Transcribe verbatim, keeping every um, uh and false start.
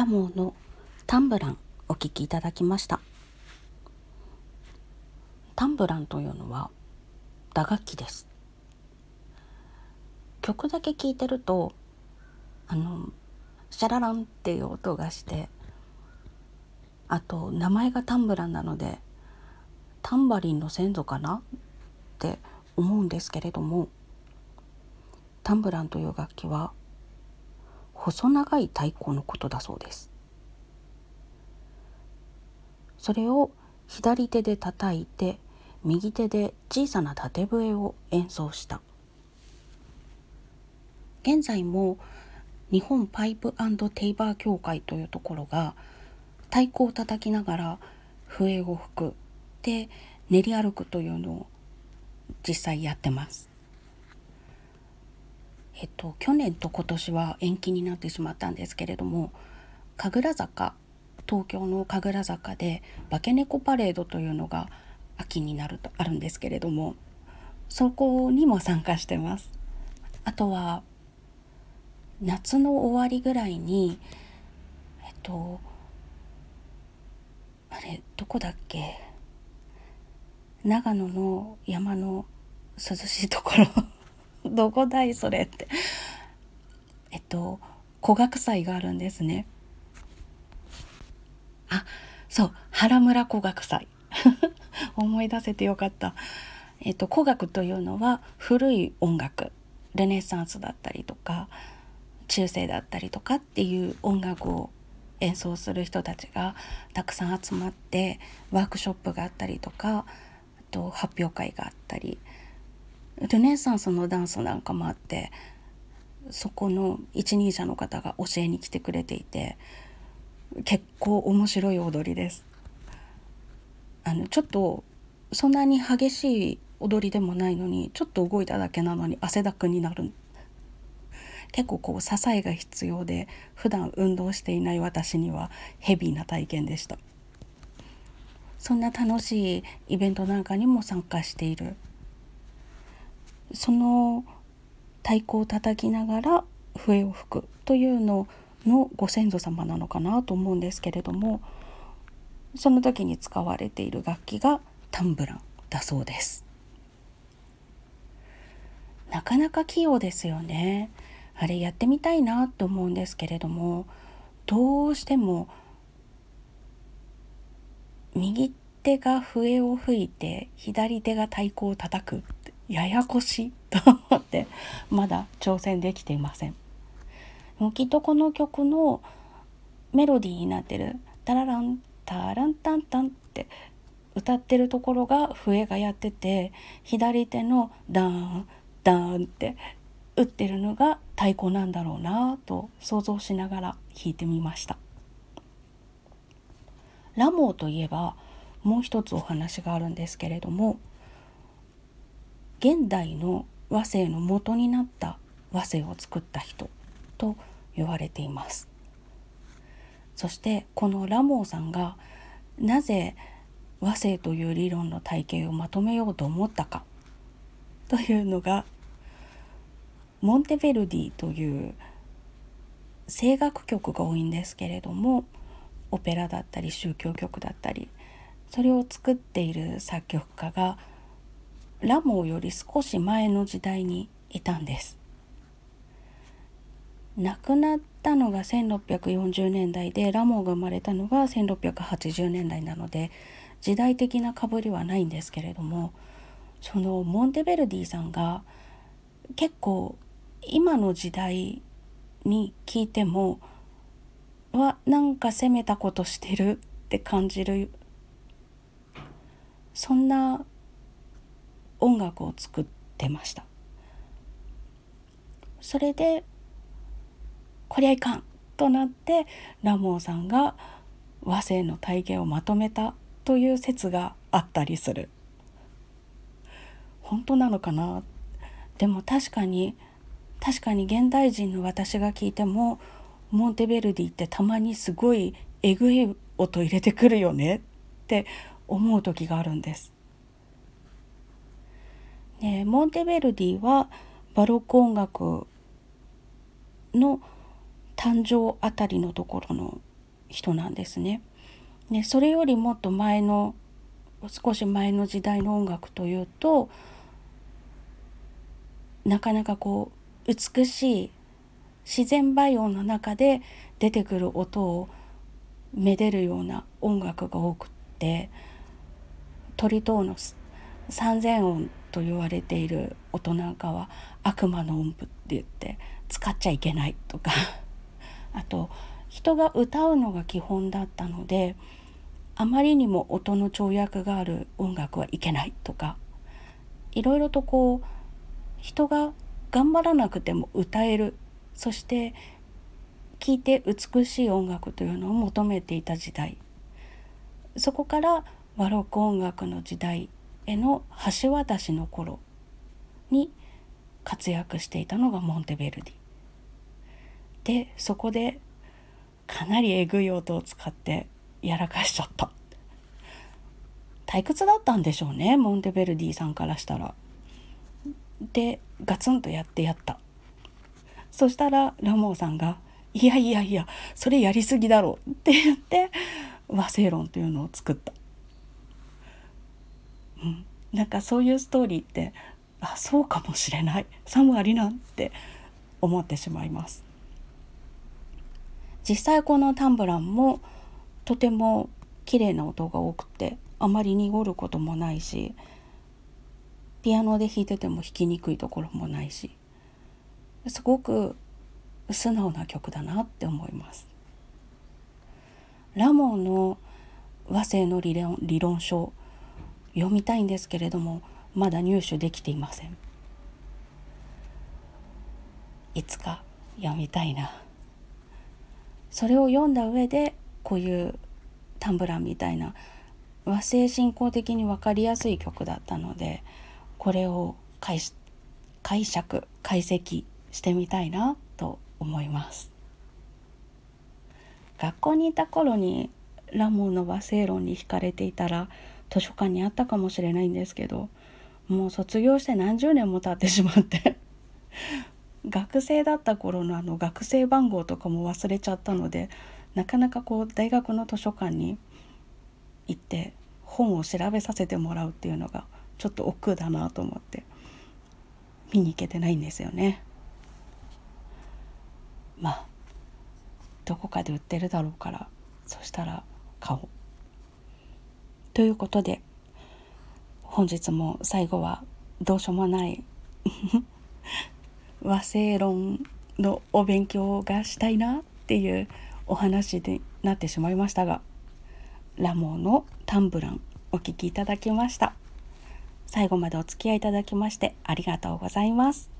モーのタンブランお聴きいただきました。タンブランというのは打楽器です。曲だけ聴いてるとあのシャラランっていう音がして、あと名前がタンブランなのでタンバリンの先祖かなって思うんですけれども、タンブランという楽器は細長い太鼓のことだそうです。それを左手で叩いて右手で小さな縦笛を演奏した。現在も日本パイプ&テイバー協会というところが太鼓を叩きながら笛を吹くで練り歩くというのを実際やってます。えっと去年と今年は延期になってしまったんですけれども、神楽坂、東京の神楽坂で化け猫パレードというのが秋になるとあるんですけれども、そこにも参加してます。あとは夏の終わりぐらいにえっとあれどこだっけ、長野の山の涼しいところどこだいそれってえっと古学祭があるんですね。あ、そう原村古学祭思い出せてよかった。えっと古学というのは古い音楽、ルネサンスだったりとか中世だったりとかっていう音楽を演奏する人たちがたくさん集まってワークショップがあったりとか、あと発表会があったり、ルネサンスのダンスなんかもあって、そこの一人者の方が教えに来てくれていて、結構面白い踊りです。あのちょっとそんなに激しい踊りでもないのに、ちょっと動いただけなのに汗だくになる。結構こう支えが必要で、普段運動していない私にはヘビーな体験でした。そんな楽しいイベントなんかにも参加している。その太鼓を叩きながら笛を吹くというののご先祖様なのかなと思うんですけれども、その時に使われている楽器がタンブランだそうです。なかなか器用ですよね。あれやってみたいなと思うんですけれども、どうしても右手が笛を吹いて左手が太鼓を叩くってややこしいと思ってまだ挑戦できていません。もうきっとこの曲のメロディーになってるタラランタランタンタンって歌ってるところが笛がやってて、左手のダーンダーンって打ってるのが太鼓なんだろうなと想像しながら弾いてみました。ラモーといえばもう一つお話があるんですけれども、現代の和声の元になった和声を作った人と言われています。そしてこのラモーさんがなぜ和声という理論の体系をまとめようと思ったかというのが、モンテヴェルディという声楽曲が多いんですけれども、オペラだったり宗教曲だったり、それを作っている作曲家がラモーより少し前の時代にいたんです。亡くなったのがせんろっぴゃくよんじゅうねんだいで、ラモーが生まれたのがせんろっぴゃくはちじゅうねんだいなので時代的なかぶりはないんですけれども、そのモンテヴェルディさんが結構今の時代に聞いてもはなんか攻めたことしてるって感じる、そんな音楽を作ってました。それでこりゃいかんとなってラモーさんが和声の体系をまとめたという説があったりする。本当なのかな。でも確かに確かに現代人の私が聞いても、モンテベルディってたまにすごいえぐい音入れてくるよねって思う時があるんです。でモンテベルディはバロック音楽の誕生あたりのところの人なんですね。でそれよりもっと前の少し前の時代の音楽というと、なかなかこう美しい自然倍音の中で出てくる音をめでるような音楽が多くって、トリトーノス三千音と言われている音なんかは悪魔の音符って言って使っちゃいけないとかあと人が歌うのが基本だったので、あまりにも音の跳躍がある音楽はいけないとか、いろいろとこう人が頑張らなくても歌える、そして聴いて美しい音楽というのを求めていた時代、そこからバロック音楽の時代への橋渡しの頃に活躍していたのがモンテベルディで、そこでかなりえぐい音を使ってやらかしちゃった。退屈だったんでしょうね、モンテベルディさんからしたら。でガツンとやってやった。そしたらラモーさんがいやいやいやそれやりすぎだろうって言って和声論というのを作った、うん、なんかそういうストーリーってあそうかもしれない、さもありなんって思ってしまいます。実際このタンブランもとても綺麗な音が多くて、あまり濁ることもないし、ピアノで弾いてても弾きにくいところもないし、すごく素直な曲だなって思います。ラモーの和声の理論、理論書読みたいんですけれどもまだ入手できていません。いつか読みたいな。それを読んだ上でこういうタンブランみたいな和声進行的に分かりやすい曲だったので、これを解解釈解析してみたいなと思います。学校にいた頃にラモーの和声論に惹かれていたら図書館にあったかもしれないんですけど、もう卒業して何十年も経ってしまって学生だった頃のあの学生番号とかも忘れちゃったので、なかなかこう大学の図書館に行って本を調べさせてもらうっていうのがちょっと億劫だなと思って見に行けてないんですよね。まあどこかで売ってるだろうから、そしたら買おうということで、本日も最後はどうしようもない和声論のお勉強がしたいなっていうお話になってしまいましたが、ラモーのタンブランお聞きいただきました。最後までお付き合いいただきましてありがとうございます。